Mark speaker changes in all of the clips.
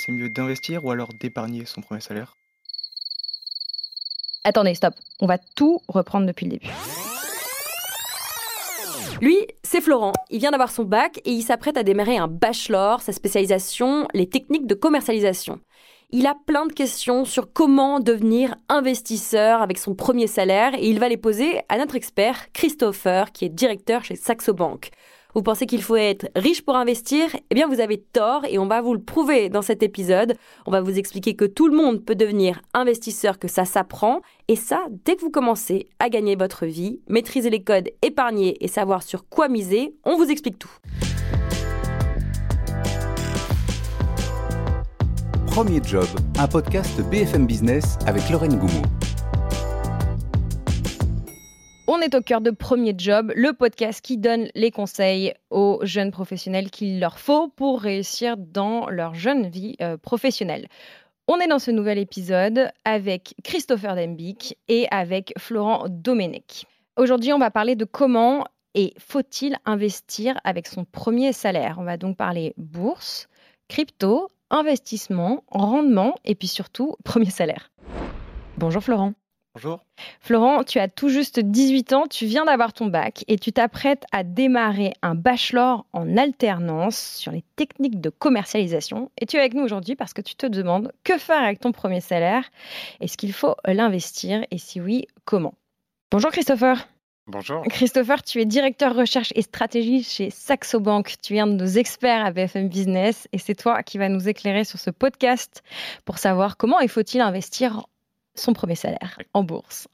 Speaker 1: c'est mieux d'investir ou alors d'épargner son premier salaire?
Speaker 2: Attendez, stop. On va tout reprendre depuis le début.
Speaker 3: Lui, c'est Florent. Il vient d'avoir son bac et il s'apprête à démarrer un bachelor, sa spécialisation, les techniques de commercialisation. Il a plein de questions sur comment devenir investisseur avec son premier salaire et il va les poser à notre expert Christopher, qui est directeur chez Saxo Bank. Vous pensez qu'il faut être riche pour investir? Eh bien, vous avez tort et on va vous le prouver dans cet épisode. On va vous expliquer que tout le monde peut devenir investisseur, que ça s'apprend. Et ça, dès que vous commencez à gagner votre vie, maîtriser les codes, épargner et savoir sur quoi miser, on vous explique tout.
Speaker 4: Premier Job, un podcast BFM Business avec Lorraine Goumeau.
Speaker 2: On est au cœur de Premier Job, le podcast qui donne les conseils aux jeunes professionnels qu'il leur faut pour réussir dans leur jeune vie professionnelle. On est dans ce nouvel épisode avec Christopher Dembick et avec Florent Domenech. Aujourd'hui, on va parler de comment et faut-il investir avec son premier salaire. On va donc parler bourse, crypto, investissement, rendement et puis surtout premier salaire. Bonjour Florent.
Speaker 1: Bonjour.
Speaker 2: Florent, tu as tout juste 18 ans, tu viens d'avoir ton bac et tu t'apprêtes à démarrer un bachelor en alternance sur les techniques de commercialisation. Et tu es avec nous aujourd'hui parce que tu te demandes que faire avec ton premier salaire. Est-ce qu'il faut l'investir et si oui, comment? Bonjour Christopher.
Speaker 5: Bonjour.
Speaker 2: Christopher, tu es directeur recherche et stratégie chez Saxo Bank. Tu es un de nos experts à BFM Business et c'est toi qui vas nous éclairer sur ce podcast pour savoir comment il faut-il investir son premier salaire en bourse.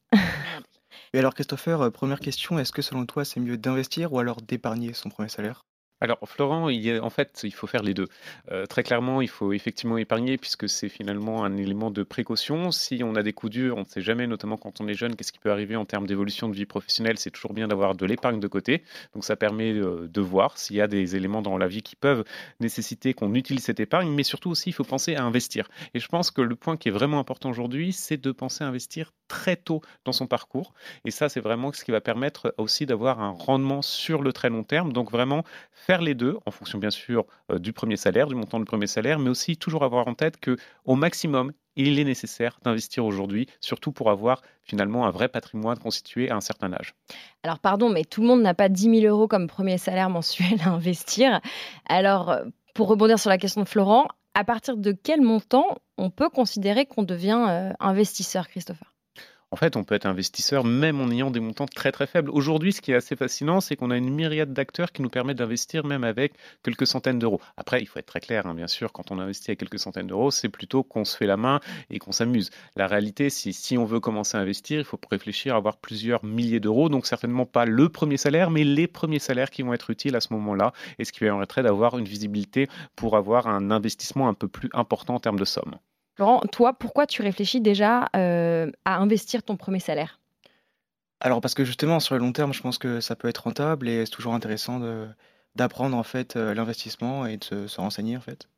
Speaker 1: Et alors Christopher, première question, est-ce que selon toi c'est mieux d'investir ou alors d'épargner son premier salaire?
Speaker 5: Alors Florent, en fait, il faut faire les deux. Très clairement, il faut effectivement épargner puisque c'est finalement un élément de précaution. Si on a des coups durs, on ne sait jamais, notamment quand on est jeune, qu'est-ce qui peut arriver en termes d'évolution de vie professionnelle. C'est toujours bien d'avoir de l'épargne de côté. Donc ça permet de voir s'il y a des éléments dans la vie qui peuvent nécessiter qu'on utilise cette épargne. Mais surtout aussi, il faut penser à investir. Et je pense que le point qui est vraiment important aujourd'hui, c'est de penser à investir très tôt dans son parcours. Et ça, c'est vraiment ce qui va permettre aussi d'avoir un rendement sur le très long terme. Donc vraiment, faire les deux, en fonction bien sûr du premier salaire, du montant du premier salaire, mais aussi toujours avoir en tête qu'au maximum, il est nécessaire d'investir aujourd'hui, surtout pour avoir finalement un vrai patrimoine constitué à un certain âge.
Speaker 2: Alors pardon, mais tout le monde n'a pas 10 000 € comme premier salaire mensuel à investir. Alors, pour rebondir sur la question de Florent, à partir de quel montant on peut considérer qu'on devient investisseur, Christopher ?
Speaker 5: En fait, on peut être investisseur même en ayant des montants très très faibles. Aujourd'hui, ce qui est assez fascinant, c'est qu'on a une myriade d'acteurs qui nous permettent d'investir même avec quelques centaines d'euros. Après, il faut être très clair, bien sûr, quand on investit avec quelques centaines d'euros, c'est plutôt qu'on se fait la main et qu'on s'amuse. La réalité, si on veut commencer à investir, il faut réfléchir à avoir plusieurs milliers d'euros, donc certainement pas le premier salaire, mais les premiers salaires qui vont être utiles à ce moment-là, et ce qui permettrait d'avoir une visibilité pour avoir un investissement un peu plus important en termes de somme.
Speaker 2: Laurent, toi, pourquoi tu réfléchis déjà à investir ton premier salaire ?
Speaker 1: Alors parce que justement sur le long terme, je pense que ça peut être rentable et c'est toujours intéressant d'apprendre en fait l'investissement et de se renseigner en fait.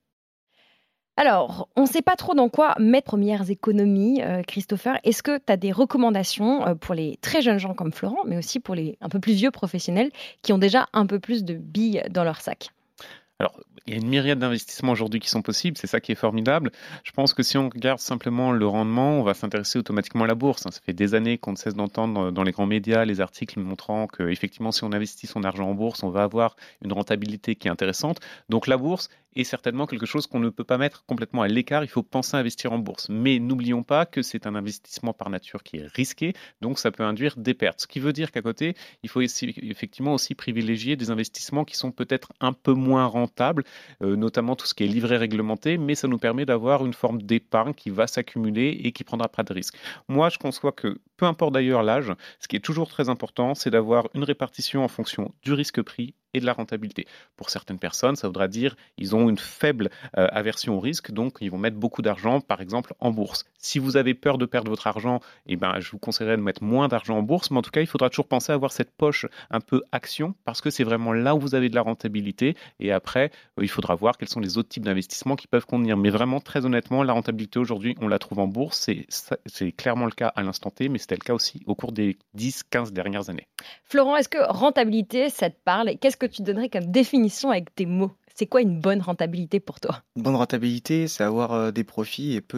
Speaker 2: Alors, on ne sait pas trop dans quoi mettre premières économies, Christopher. Est-ce que tu as des recommandations pour les très jeunes gens comme Florent, mais aussi pour les un peu plus vieux professionnels qui ont déjà un peu plus de billes dans leur sac ?
Speaker 5: Alors, il y a une myriade d'investissements aujourd'hui qui sont possibles, c'est ça qui est formidable. Je pense que si on regarde simplement le rendement, on va s'intéresser automatiquement à la bourse. Ça fait des années qu'on ne cesse d'entendre dans les grands médias les articles montrant qu'effectivement, si on investit son argent en bourse, on va avoir une rentabilité qui est intéressante. Donc la bourse est certainement quelque chose qu'on ne peut pas mettre complètement à l'écart. Il faut penser à investir en bourse. Mais n'oublions pas que c'est un investissement par nature qui est risqué, donc ça peut induire des pertes. Ce qui veut dire qu'à côté, il faut effectivement aussi privilégier des investissements qui sont peut-être un peu moins rentables, notamment tout ce qui est livret réglementé, mais ça nous permet d'avoir une forme d'épargne qui va s'accumuler et qui prendra pas de risque. Moi, je conçois que, peu importe d'ailleurs l'âge, ce qui est toujours très important, c'est d'avoir une répartition en fonction du risque-prix et de la rentabilité. Pour certaines personnes, ça voudra dire ils ont une faible aversion au risque, donc ils vont mettre beaucoup d'argent, par exemple, en bourse. Si vous avez peur de perdre votre argent, je vous conseillerais de mettre moins d'argent en bourse, mais en tout cas, il faudra toujours penser à avoir cette poche un peu action, parce que c'est vraiment là où vous avez de la rentabilité, et après, il faudra voir quels sont les autres types d'investissements qui peuvent convenir. Mais vraiment, très honnêtement, la rentabilité aujourd'hui, on la trouve en bourse, c'est clairement le cas à l'instant T, mais c'était le cas aussi au cours des 10-15 dernières années.
Speaker 2: Florent, est-ce que rentabilité, ça te parle ? Et qu'est-ce que tu donnerais comme définition avec tes mots ? C'est quoi une bonne rentabilité pour toi?
Speaker 1: Une bonne rentabilité, c'est avoir des profits et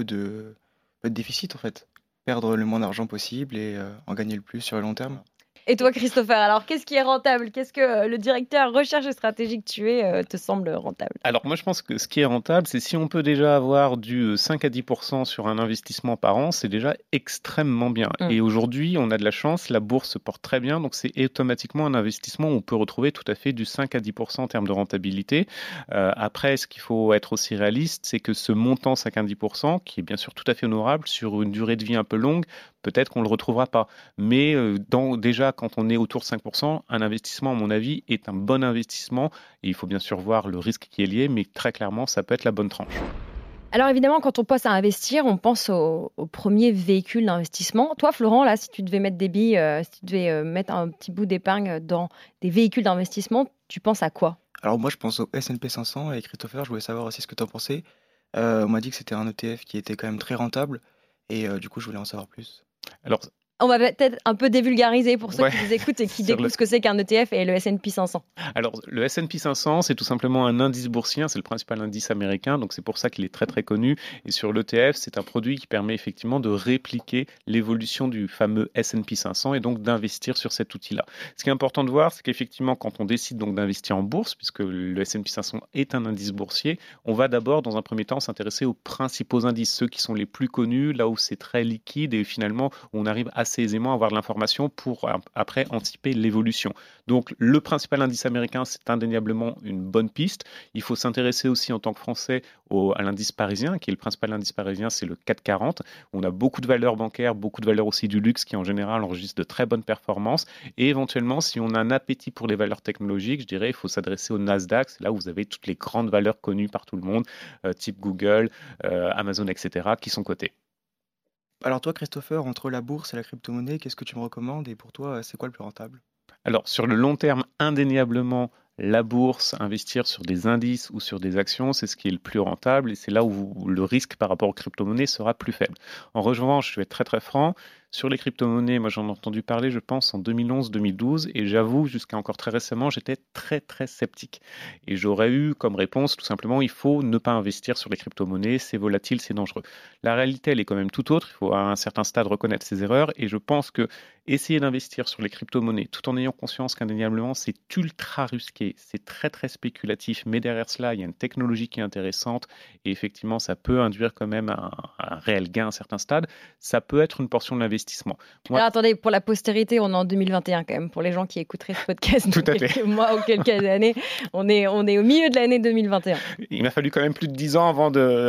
Speaker 1: peu de déficit en fait. Perdre le moins d'argent possible et en gagner le plus sur le long terme.
Speaker 2: Et toi, Christopher, alors qu'est-ce qui est rentable? Qu'est-ce que le directeur recherche et stratégie que tu es te semble rentable?
Speaker 5: Alors moi je pense que ce qui est rentable, c'est si on peut déjà avoir du 5 à 10% sur un investissement par an, c'est déjà extrêmement bien. Et aujourd'hui, on a de la chance, la bourse se porte très bien, donc c'est automatiquement un investissement où on peut retrouver tout à fait du 5 à 10% en termes de rentabilité. Après, ce qu'il faut être aussi réaliste, c'est que ce montant 5 à 10%, qui est bien sûr tout à fait honorable, sur une durée de vie un peu longue, peut-être qu'on ne le retrouvera pas. Mais déjà, quand on est autour de 5%, un investissement, à mon avis, est un bon investissement. Et il faut bien sûr voir le risque qui est lié, mais très clairement, ça peut être la bonne tranche.
Speaker 2: Alors évidemment, quand on pense à investir, on pense au premier véhicule d'investissement. Toi, Florent, là, si tu devais mettre des billes, si tu devais mettre un petit bout d'épargne dans des véhicules d'investissement, tu penses à quoi?
Speaker 1: Alors moi, je pense au S&P 500 et Christopher, je voulais savoir aussi ce que tu en pensais. On m'a dit que c'était un ETF qui était quand même très rentable et du coup, je voulais en savoir plus.
Speaker 5: Alors,
Speaker 2: on va peut-être un peu dévulgariser pour ceux qui nous écoutent et qui découvrent ce que c'est qu'un ETF et le S&P 500.
Speaker 5: Alors, le S&P 500, c'est tout simplement un indice boursier, c'est le principal indice américain, donc c'est pour ça qu'il est très très connu. Et sur l'ETF, c'est un produit qui permet effectivement de répliquer l'évolution du fameux S&P 500 et donc d'investir sur cet outil-là. Ce qui est important de voir, c'est qu'effectivement, quand on décide donc d'investir en bourse, puisque le S&P 500 est un indice boursier, on va d'abord, dans un premier temps, s'intéresser aux principaux indices, ceux qui sont les plus connus, là où c'est très liquide et finalement, on arrive assez aisément à avoir de l'information pour après anticiper l'évolution. Donc le principal indice américain, c'est indéniablement une bonne piste. Il faut s'intéresser aussi en tant que Français à l'indice parisien, qui est le principal indice parisien, c'est le CAC 40. On a beaucoup de valeurs bancaires, beaucoup de valeurs aussi du luxe qui en général enregistrent de très bonnes performances. Et éventuellement, si on a un appétit pour les valeurs technologiques, je dirais il faut s'adresser au Nasdaq. C'est là où vous avez toutes les grandes valeurs connues par tout le monde, type Google, Amazon, etc., qui sont cotées.
Speaker 1: Alors toi, Christopher, entre la bourse et la crypto-monnaie, qu'est-ce que tu me recommandes et pour toi, c'est quoi le plus rentable?
Speaker 5: Alors, sur le long terme, indéniablement, la bourse, investir sur des indices ou sur des actions, c'est ce qui est le plus rentable et c'est là où le risque par rapport aux crypto-monnaies sera plus faible. En revanche, je vais être très très franc, sur les crypto-monnaies, moi j'en ai entendu parler, je pense, en 2011-2012 et j'avoue, jusqu'à encore très récemment, j'étais très très sceptique. Et j'aurais eu comme réponse, tout simplement, il faut ne pas investir sur les crypto-monnaies, c'est volatile, c'est dangereux. La réalité, elle est quand même tout autre, il faut à un certain stade reconnaître ses erreurs et je pense que essayer d'investir sur les crypto-monnaies tout en ayant conscience qu'indéniablement c'est ultra risqué, c'est très très spéculatif, mais derrière cela il y a une technologie qui est intéressante et effectivement ça peut induire quand même un réel gain à un certain stade, ça peut être une portion de l'investissement.
Speaker 2: Alors attendez, pour la postérité, on est en 2021 quand même, pour les gens qui écouteraient ce podcast
Speaker 5: Tout
Speaker 2: dans quelques mois ou quelques années, on est au milieu de l'année 2021.
Speaker 5: Il m'a fallu quand même plus de 10 ans avant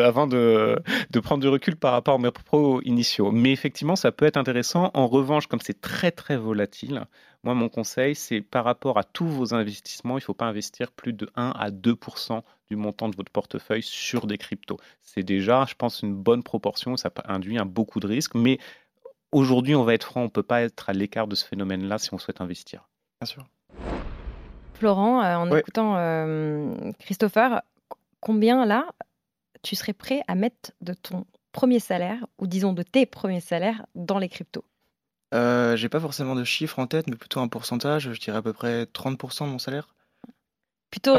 Speaker 5: de prendre du recul par rapport à mes propos initiaux. Mais effectivement, ça peut être intéressant. En revanche, comme c'est très très volatile, moi mon conseil c'est par rapport à tous vos investissements, il ne faut pas investir plus de 1 à 2% du montant de votre portefeuille sur des cryptos. C'est déjà, je pense, une bonne proportion, ça induit beaucoup de risques, mais aujourd'hui, on va être franc, on ne peut pas être à l'écart de ce phénomène-là si on souhaite investir.
Speaker 1: Bien sûr.
Speaker 2: Florent, en écoutant Christopher, combien là tu serais prêt à mettre de ton premier salaire, ou disons de tes premiers salaires, dans les cryptos?
Speaker 1: J'ai pas forcément de chiffre en tête, mais plutôt un pourcentage, je dirais à peu près 30% de mon salaire.
Speaker 2: Plutôt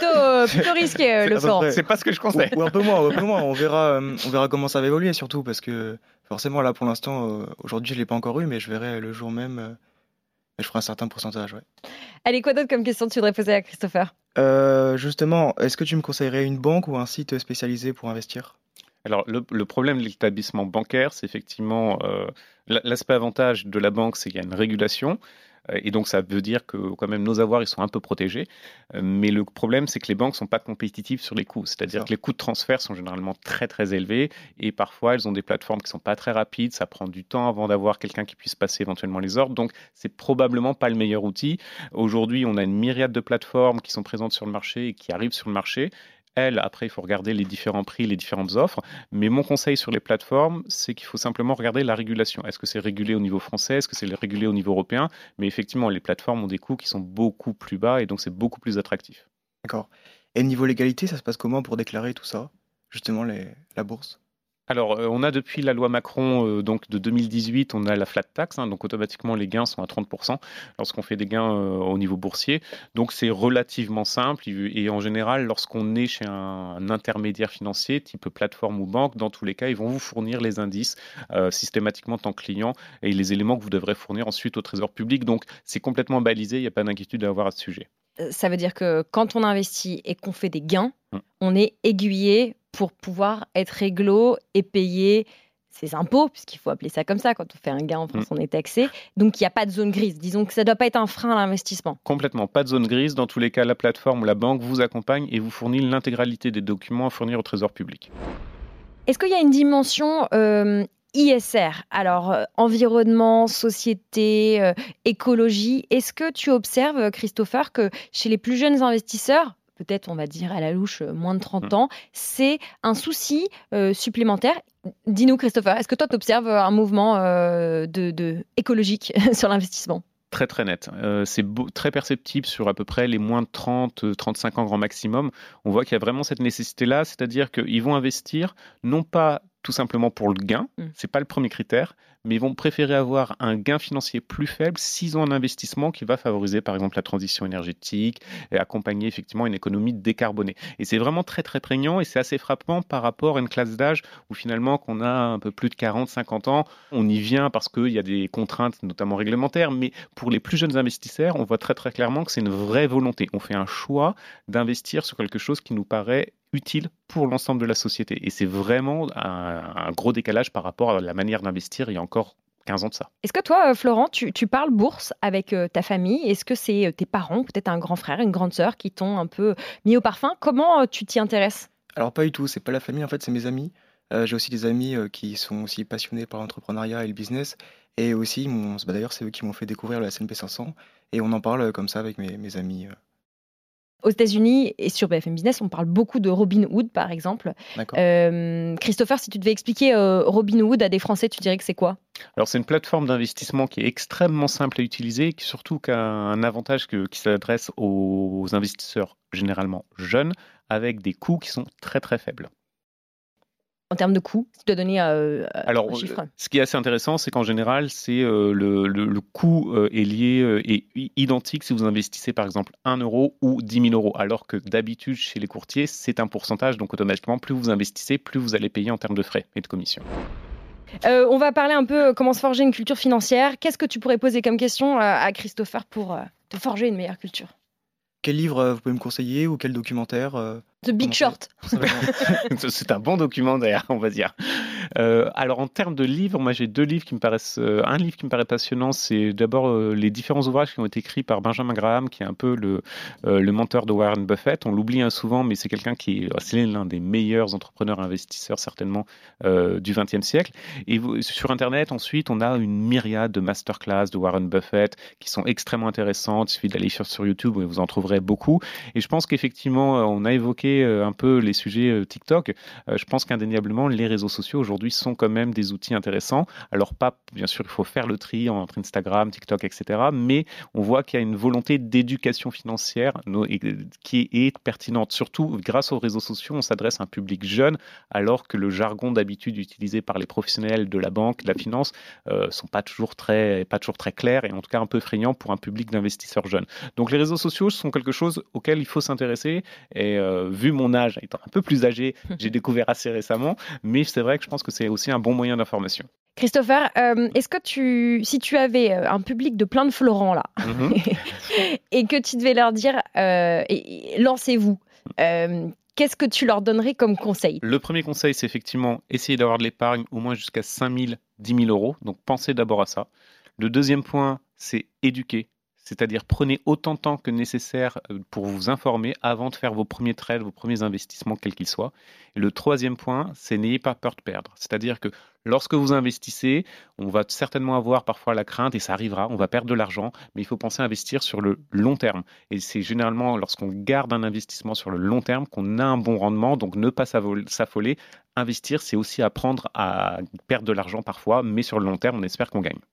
Speaker 2: risqué, le Florent.
Speaker 5: C'est pas ce que je conseille.
Speaker 1: Ou un peu moins, on verra comment ça va évoluer surtout, parce que forcément là pour l'instant, aujourd'hui je l'ai pas encore eu, mais je verrai le jour même, je ferai un certain pourcentage. Ouais.
Speaker 2: Allez, quoi d'autre comme question tu voudrais poser à Christopher?
Speaker 1: Justement, est-ce que tu me conseillerais une banque ou un site spécialisé pour investir?
Speaker 5: Alors, le problème de l'établissement bancaire, c'est effectivement l'aspect avantage de la banque, c'est qu'il y a une régulation. Et donc, ça veut dire que quand même nos avoirs, ils sont un peu protégés. Mais le problème, c'est que les banques ne sont pas compétitives sur les coûts. C'est-à-dire que les coûts de transfert sont généralement très, très élevés. Et parfois, elles ont des plateformes qui ne sont pas très rapides. Ça prend du temps avant d'avoir quelqu'un qui puisse passer éventuellement les ordres. Donc, c'est probablement pas le meilleur outil. Aujourd'hui, on a une myriade de plateformes qui sont présentes sur le marché et qui arrivent sur le marché. Après, il faut regarder les différents prix, les différentes offres. Mais mon conseil sur les plateformes, c'est qu'il faut simplement regarder la régulation. Est-ce que c'est régulé au niveau français? Est-ce que c'est régulé au niveau européen? Mais effectivement, les plateformes ont des coûts qui sont beaucoup plus bas et donc c'est beaucoup plus attractif.
Speaker 1: D'accord. Et niveau légalité, ça se passe comment pour déclarer tout ça? Justement, la bourse?
Speaker 5: Alors, on a depuis la loi Macron donc de 2018, on a la flat tax, donc automatiquement les gains sont à 30% lorsqu'on fait des gains au niveau boursier. Donc c'est relativement simple et en général, lorsqu'on est chez un intermédiaire financier, type plateforme ou banque, dans tous les cas, ils vont vous fournir les indices systématiquement en tant que client et les éléments que vous devrez fournir ensuite au Trésor public. Donc c'est complètement balisé, il n'y a pas d'inquiétude à avoir à ce sujet.
Speaker 2: Ça veut dire que quand on investit et qu'on fait des gains,
Speaker 5: Mm.
Speaker 2: on est aiguillé pour pouvoir être réglo et payer ses impôts, puisqu'il faut appeler ça comme ça. Quand on fait un gain en France, on est taxé. Donc, il n'y a pas de zone grise. Disons que ça ne doit pas être un frein à l'investissement.
Speaker 5: Complètement, pas de zone grise. Dans tous les cas, la plateforme ou la banque vous accompagne et vous fournit l'intégralité des documents à fournir au Trésor public.
Speaker 2: Est-ce qu'il y a une dimension ISR, alors environnement, société, écologie? Est-ce que tu observes, Christopher, que chez les plus jeunes investisseurs, peut-être on va dire à la louche moins de 30 ans, c'est un souci supplémentaire? Dis-nous, Christopher, est-ce que toi tu observes un mouvement écologique sur l'investissement?
Speaker 5: Très très net. C'est très perceptible sur à peu près les moins de 30, 35 ans grand maximum. On voit qu'il y a vraiment cette nécessité-là, c'est-à-dire qu'ils vont investir non pas tout simplement pour le gain, c'est pas le premier critère, mais ils vont préférer avoir un gain financier plus faible s'ils ont un investissement qui va favoriser par exemple la transition énergétique et accompagner effectivement une économie décarbonée. Et c'est vraiment très très prégnant et c'est assez frappant par rapport à une classe d'âge où finalement qu'on a un peu plus de 40, 50 ans, on y vient parce qu'il y a des contraintes notamment réglementaires, mais pour les plus jeunes investisseurs, on voit très très clairement que c'est une vraie volonté. On fait un choix d'investir sur quelque chose qui nous paraît utile pour l'ensemble de la société. Et c'est vraiment un gros décalage par rapport à la manière d'investir il y a encore 15 ans de ça.
Speaker 2: Est-ce que toi, Florent, tu parles bourse avec ta famille? Est-ce que c'est tes parents, peut-être un grand frère, une grande sœur qui t'ont un peu mis au parfum? Comment tu t'y intéresses?
Speaker 1: Alors pas du tout, c'est pas la famille, en fait, c'est mes amis. J'ai aussi des amis qui sont aussi passionnés par l'entrepreneuriat et le business. Et aussi, d'ailleurs, c'est eux qui m'ont fait découvrir le S&P 500. Et on en parle comme ça avec mes amis.
Speaker 2: Aux États-Unis et sur BFM Business, on parle beaucoup de Robinhood, par exemple.
Speaker 1: D'accord.
Speaker 2: Christopher, si tu devais expliquer Robinhood à des Français, tu dirais que c'est quoi?
Speaker 5: Alors, c'est une plateforme d'investissement qui est extrêmement simple à utiliser et qui surtout a un avantage qui s'adresse aux investisseurs généralement jeunes avec des coûts qui sont très très faibles.
Speaker 2: En termes de coûts, si tu dois donner un chiffre.
Speaker 5: Ce qui est assez intéressant, c'est qu'en général, le coût est lié et identique si vous investissez par exemple 1 euro ou 10 000 euros, alors que d'habitude chez les courtiers, c'est un pourcentage, donc automatiquement, plus vous investissez, plus vous allez payer en termes de frais et de commissions.
Speaker 2: On va parler un peu comment se forger une culture financière. Qu'est-ce que tu pourrais poser comme question à Christopher pour te forger une meilleure culture?
Speaker 1: Quel livre vous pouvez me conseiller ou quel documentaire
Speaker 2: The Big Short.
Speaker 5: C'est un bon documentaire, on va dire. Alors en termes de livres, moi j'ai deux livres qui me paraissent. Un livre qui me paraît passionnant, c'est d'abord les différents ouvrages qui ont été écrits par Benjamin Graham, qui est un peu le mentor de Warren Buffett. On l'oublie souvent, mais c'est quelqu'un c'est l'un des meilleurs entrepreneurs investisseurs certainement du XXe siècle. Et sur Internet, ensuite, on a une myriade de masterclass de Warren Buffett qui sont extrêmement intéressantes. Il suffit d'aller sur YouTube et vous en trouverez beaucoup. Et je pense qu'effectivement, on a évoqué un peu les sujets TikTok. Je pense qu'indéniablement, les réseaux sociaux aujourd'hui sont quand même des outils intéressants. Alors bien sûr, il faut faire le tri entre Instagram, TikTok, etc. Mais on voit qu'il y a une volonté d'éducation financière qui est pertinente. Surtout, grâce aux réseaux sociaux, on s'adresse à un public jeune, alors que le jargon d'habitude utilisé par les professionnels de la banque, de la finance, sont pas toujours très clairs et en tout cas un peu effrayants pour un public d'investisseurs jeunes. Donc les réseaux sociaux sont quelque chose auquel il faut s'intéresser. Et vu mon âge, étant un peu plus âgé, j'ai découvert assez récemment. Mais c'est vrai que je pense que c'est aussi un bon moyen d'information.
Speaker 2: Christopher, est-ce que si tu avais un public de plein de Florent là, et que tu devais leur dire lancez-vous, qu'est-ce que tu leur donnerais comme conseil?
Speaker 5: Le premier conseil, c'est effectivement essayer d'avoir de l'épargne au moins jusqu'à 5 000, 10 000 euros. Donc pensez d'abord à ça. Le deuxième point, c'est éduquer. C'est-à-dire prenez autant de temps que nécessaire pour vous informer avant de faire vos premiers trades, vos premiers investissements, quels qu'ils soient. Et le troisième point, c'est n'ayez pas peur de perdre. C'est-à-dire que lorsque vous investissez, on va certainement avoir parfois la crainte, et ça arrivera, on va perdre de l'argent, mais il faut penser à investir sur le long terme. Et c'est généralement lorsqu'on garde un investissement sur le long terme qu'on a un bon rendement, donc ne pas s'affoler. Investir, c'est aussi apprendre à perdre de l'argent parfois, mais sur le long terme, on espère qu'on gagne.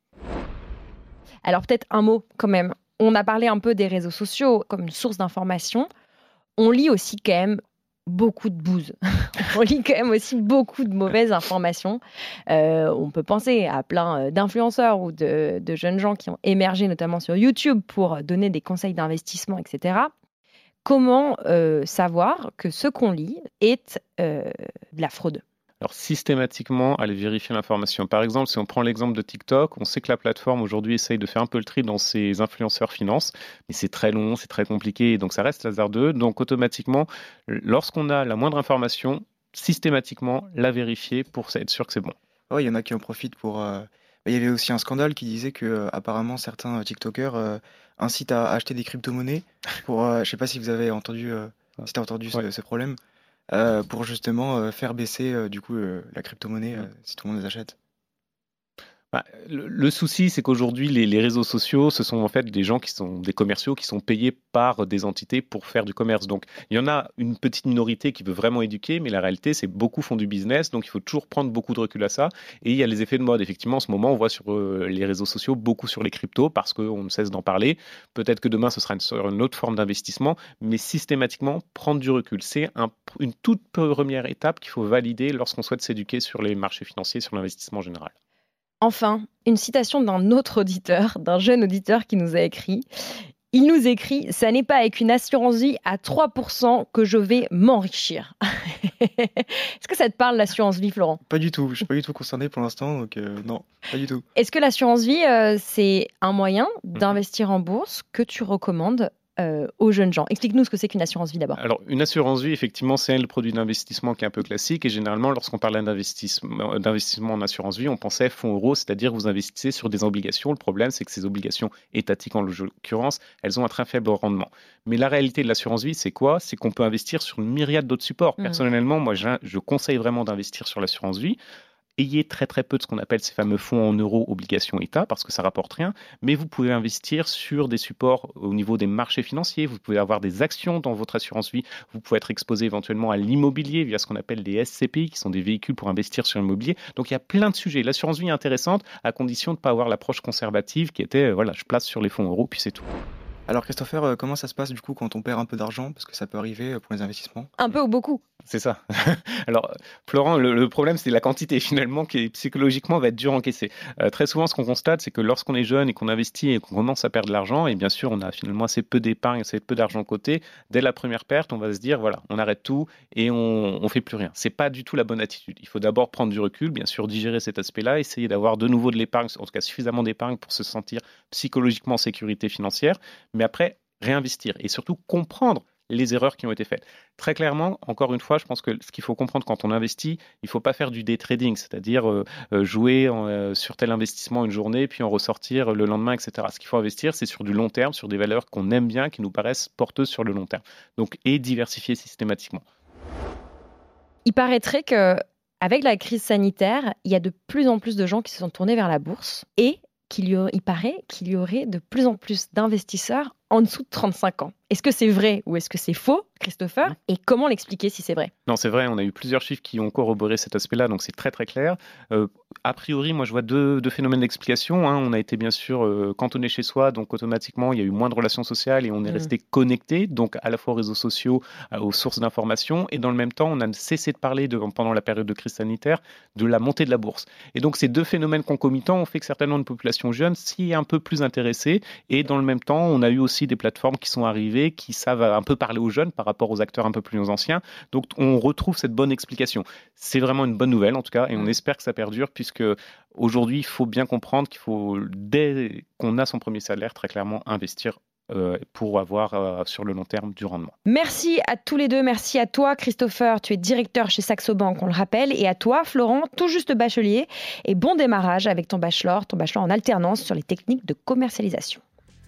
Speaker 2: Alors peut-être un mot quand même. On a parlé un peu des réseaux sociaux comme une source d'information. On lit aussi quand même beaucoup de bouse. On lit quand même aussi beaucoup de mauvaises informations. On peut penser à plein d'influenceurs ou de jeunes gens qui ont émergé, notamment sur YouTube, pour donner des conseils d'investissement, etc. Comment savoir que ce qu'on lit est de la fraude ?
Speaker 5: Alors systématiquement, aller vérifier l'information. Par exemple, si on prend l'exemple de TikTok, on sait que la plateforme aujourd'hui essaye de faire un peu le tri dans ses influenceurs finance, mais c'est très long, c'est très compliqué, donc ça reste hasardeux. Donc automatiquement, lorsqu'on a la moindre information, systématiquement la vérifier pour être sûr que c'est bon.
Speaker 1: Ouais, il y en a qui en profitent pour. Il y avait aussi un scandale qui disait que apparemment certains TikTokers incitent à acheter des crypto-monnaies pour. Je sais pas si vous avez entendu, si t'as entendu ce problème. Pour justement faire baisser du coup la crypto-monnaie si tout le monde les achète.
Speaker 5: Le souci, c'est qu'aujourd'hui, les réseaux sociaux, ce sont en fait des gens qui sont des commerciaux qui sont payés par des entités pour faire du commerce. Donc, il y en a une petite minorité qui veut vraiment éduquer, mais la réalité, c'est que beaucoup font du business, donc il faut toujours prendre beaucoup de recul à ça. Et il y a les effets de mode. Effectivement, en ce moment, on voit sur les réseaux sociaux beaucoup sur les cryptos parce qu'on ne cesse d'en parler. Peut-être que demain, ce sera une autre forme d'investissement, mais systématiquement, prendre du recul. C'est une toute première étape qu'il faut valider lorsqu'on souhaite s'éduquer sur les marchés financiers, sur l'investissement en général.
Speaker 2: Enfin, une citation d'un autre auditeur, d'un jeune auditeur qui nous a écrit. Il nous écrit « Ça n'est pas avec une assurance vie à 3% que je vais m'enrichir. » Est-ce que ça te parle, l'assurance vie, Florent ?
Speaker 1: Pas du tout. Je ne suis pas du tout concerné pour l'instant, donc non, pas du tout.
Speaker 2: Est-ce que l'assurance vie, c'est un moyen d'investir en bourse que tu recommandes aux jeunes gens ? Explique-nous ce que c'est qu'une assurance vie d'abord.
Speaker 5: Alors, une assurance vie, effectivement, c'est le produit d'investissement qui est un peu classique. Et généralement, lorsqu'on parlait d'investissement en assurance vie, on pensait fonds euros, c'est-à-dire vous investissez sur des obligations. Le problème, c'est que ces obligations étatiques, en l'occurrence, elles ont un très faible rendement. Mais la réalité de l'assurance vie, c'est quoi ? C'est qu'on peut investir sur une myriade d'autres supports. Personnellement, moi, je conseille vraiment d'investir sur l'assurance vie. Ayez très très peu de ce qu'on appelle ces fameux fonds en euros, obligations État, parce que ça rapporte rien, mais vous pouvez investir sur des supports au niveau des marchés financiers, vous pouvez avoir des actions dans votre assurance vie, vous pouvez être exposé éventuellement à l'immobilier via ce qu'on appelle des SCPI, qui sont des véhicules pour investir sur l'immobilier. Donc il y a plein de sujets. L'assurance vie est intéressante à condition de ne pas avoir l'approche conservative qui était, je place sur les fonds euros, puis c'est tout.
Speaker 1: Alors Christopher, comment ça se passe du coup quand on perd un peu d'argent ? Parce que ça peut arriver pour les investissements.
Speaker 2: Un peu ou beaucoup ?
Speaker 5: C'est ça. Alors, Florent, le problème, c'est la quantité finalement qui psychologiquement va être dur à encaisser. Très souvent, ce qu'on constate, c'est que lorsqu'on est jeune et qu'on investit et qu'on commence à perdre de l'argent, et bien sûr, on a finalement assez peu d'épargne, assez peu d'argent de côté, dès la première perte, on va se dire, voilà, on arrête tout et on fait plus rien. C'est pas du tout la bonne attitude. Il faut d'abord prendre du recul, bien sûr, digérer cet aspect-là, essayer d'avoir de nouveau de l'épargne, en tout cas suffisamment d'épargne pour se sentir psychologiquement en sécurité financière, mais après, réinvestir et surtout comprendre les erreurs qui ont été faites. Très clairement, encore une fois, je pense que ce qu'il faut comprendre quand on investit, il ne faut pas faire du day trading, c'est-à-dire jouer sur tel investissement une journée, puis en ressortir le lendemain, etc. Ce qu'il faut investir, c'est sur du long terme, sur des valeurs qu'on aime bien, qui nous paraissent porteuses sur le long terme. Donc, et diversifier systématiquement.
Speaker 2: Il paraîtrait qu'avec la crise sanitaire, il y a de plus en plus de gens qui se sont tournés vers la bourse et il paraît qu'il y aurait de plus en plus d'investisseurs en dessous de 35 ans. Est-ce que c'est vrai ou est-ce que c'est faux, Christopher ? Et comment l'expliquer si c'est vrai ?
Speaker 5: Non, c'est vrai, on a eu plusieurs chiffres qui ont corroboré cet aspect-là, donc c'est très très clair. A priori, moi je vois deux phénomènes d'explication. On a été bien sûr cantonné chez soi, donc automatiquement il y a eu moins de relations sociales et on est resté connecté, donc à la fois aux réseaux sociaux, aux sources d'information, et dans le même temps on a cessé de parler pendant la période de crise sanitaire de la montée de la bourse. Et donc ces deux phénomènes concomitants ont fait que certainement une population jeune s'y est un peu plus intéressée, et dans le même temps on a eu aussi des plateformes qui sont arrivées, qui savent un peu parler aux jeunes par rapport aux acteurs un peu plus anciens. Donc on retrouve cette bonne explication. C'est vraiment une bonne nouvelle en tout cas, et on espère que ça perdure, puisque aujourd'hui il faut bien comprendre qu'il faut, dès qu'on a son premier salaire, très clairement investir pour avoir sur le long terme du rendement.
Speaker 2: Merci à tous les deux. Merci à toi, Christopher. Tu es directeur chez Saxo Bank, on le rappelle. Et à toi, Florent, tout juste bachelier. Et bon démarrage avec ton bachelor en alternance sur les techniques de commercialisation.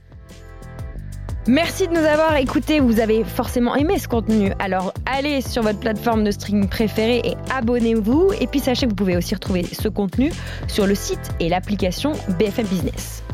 Speaker 2: Merci de nous avoir écoutés. Vous avez forcément aimé ce contenu. Alors allez sur votre plateforme de streaming préférée et abonnez-vous. Et puis sachez que vous pouvez aussi retrouver ce contenu sur le site et l'application BFM Business.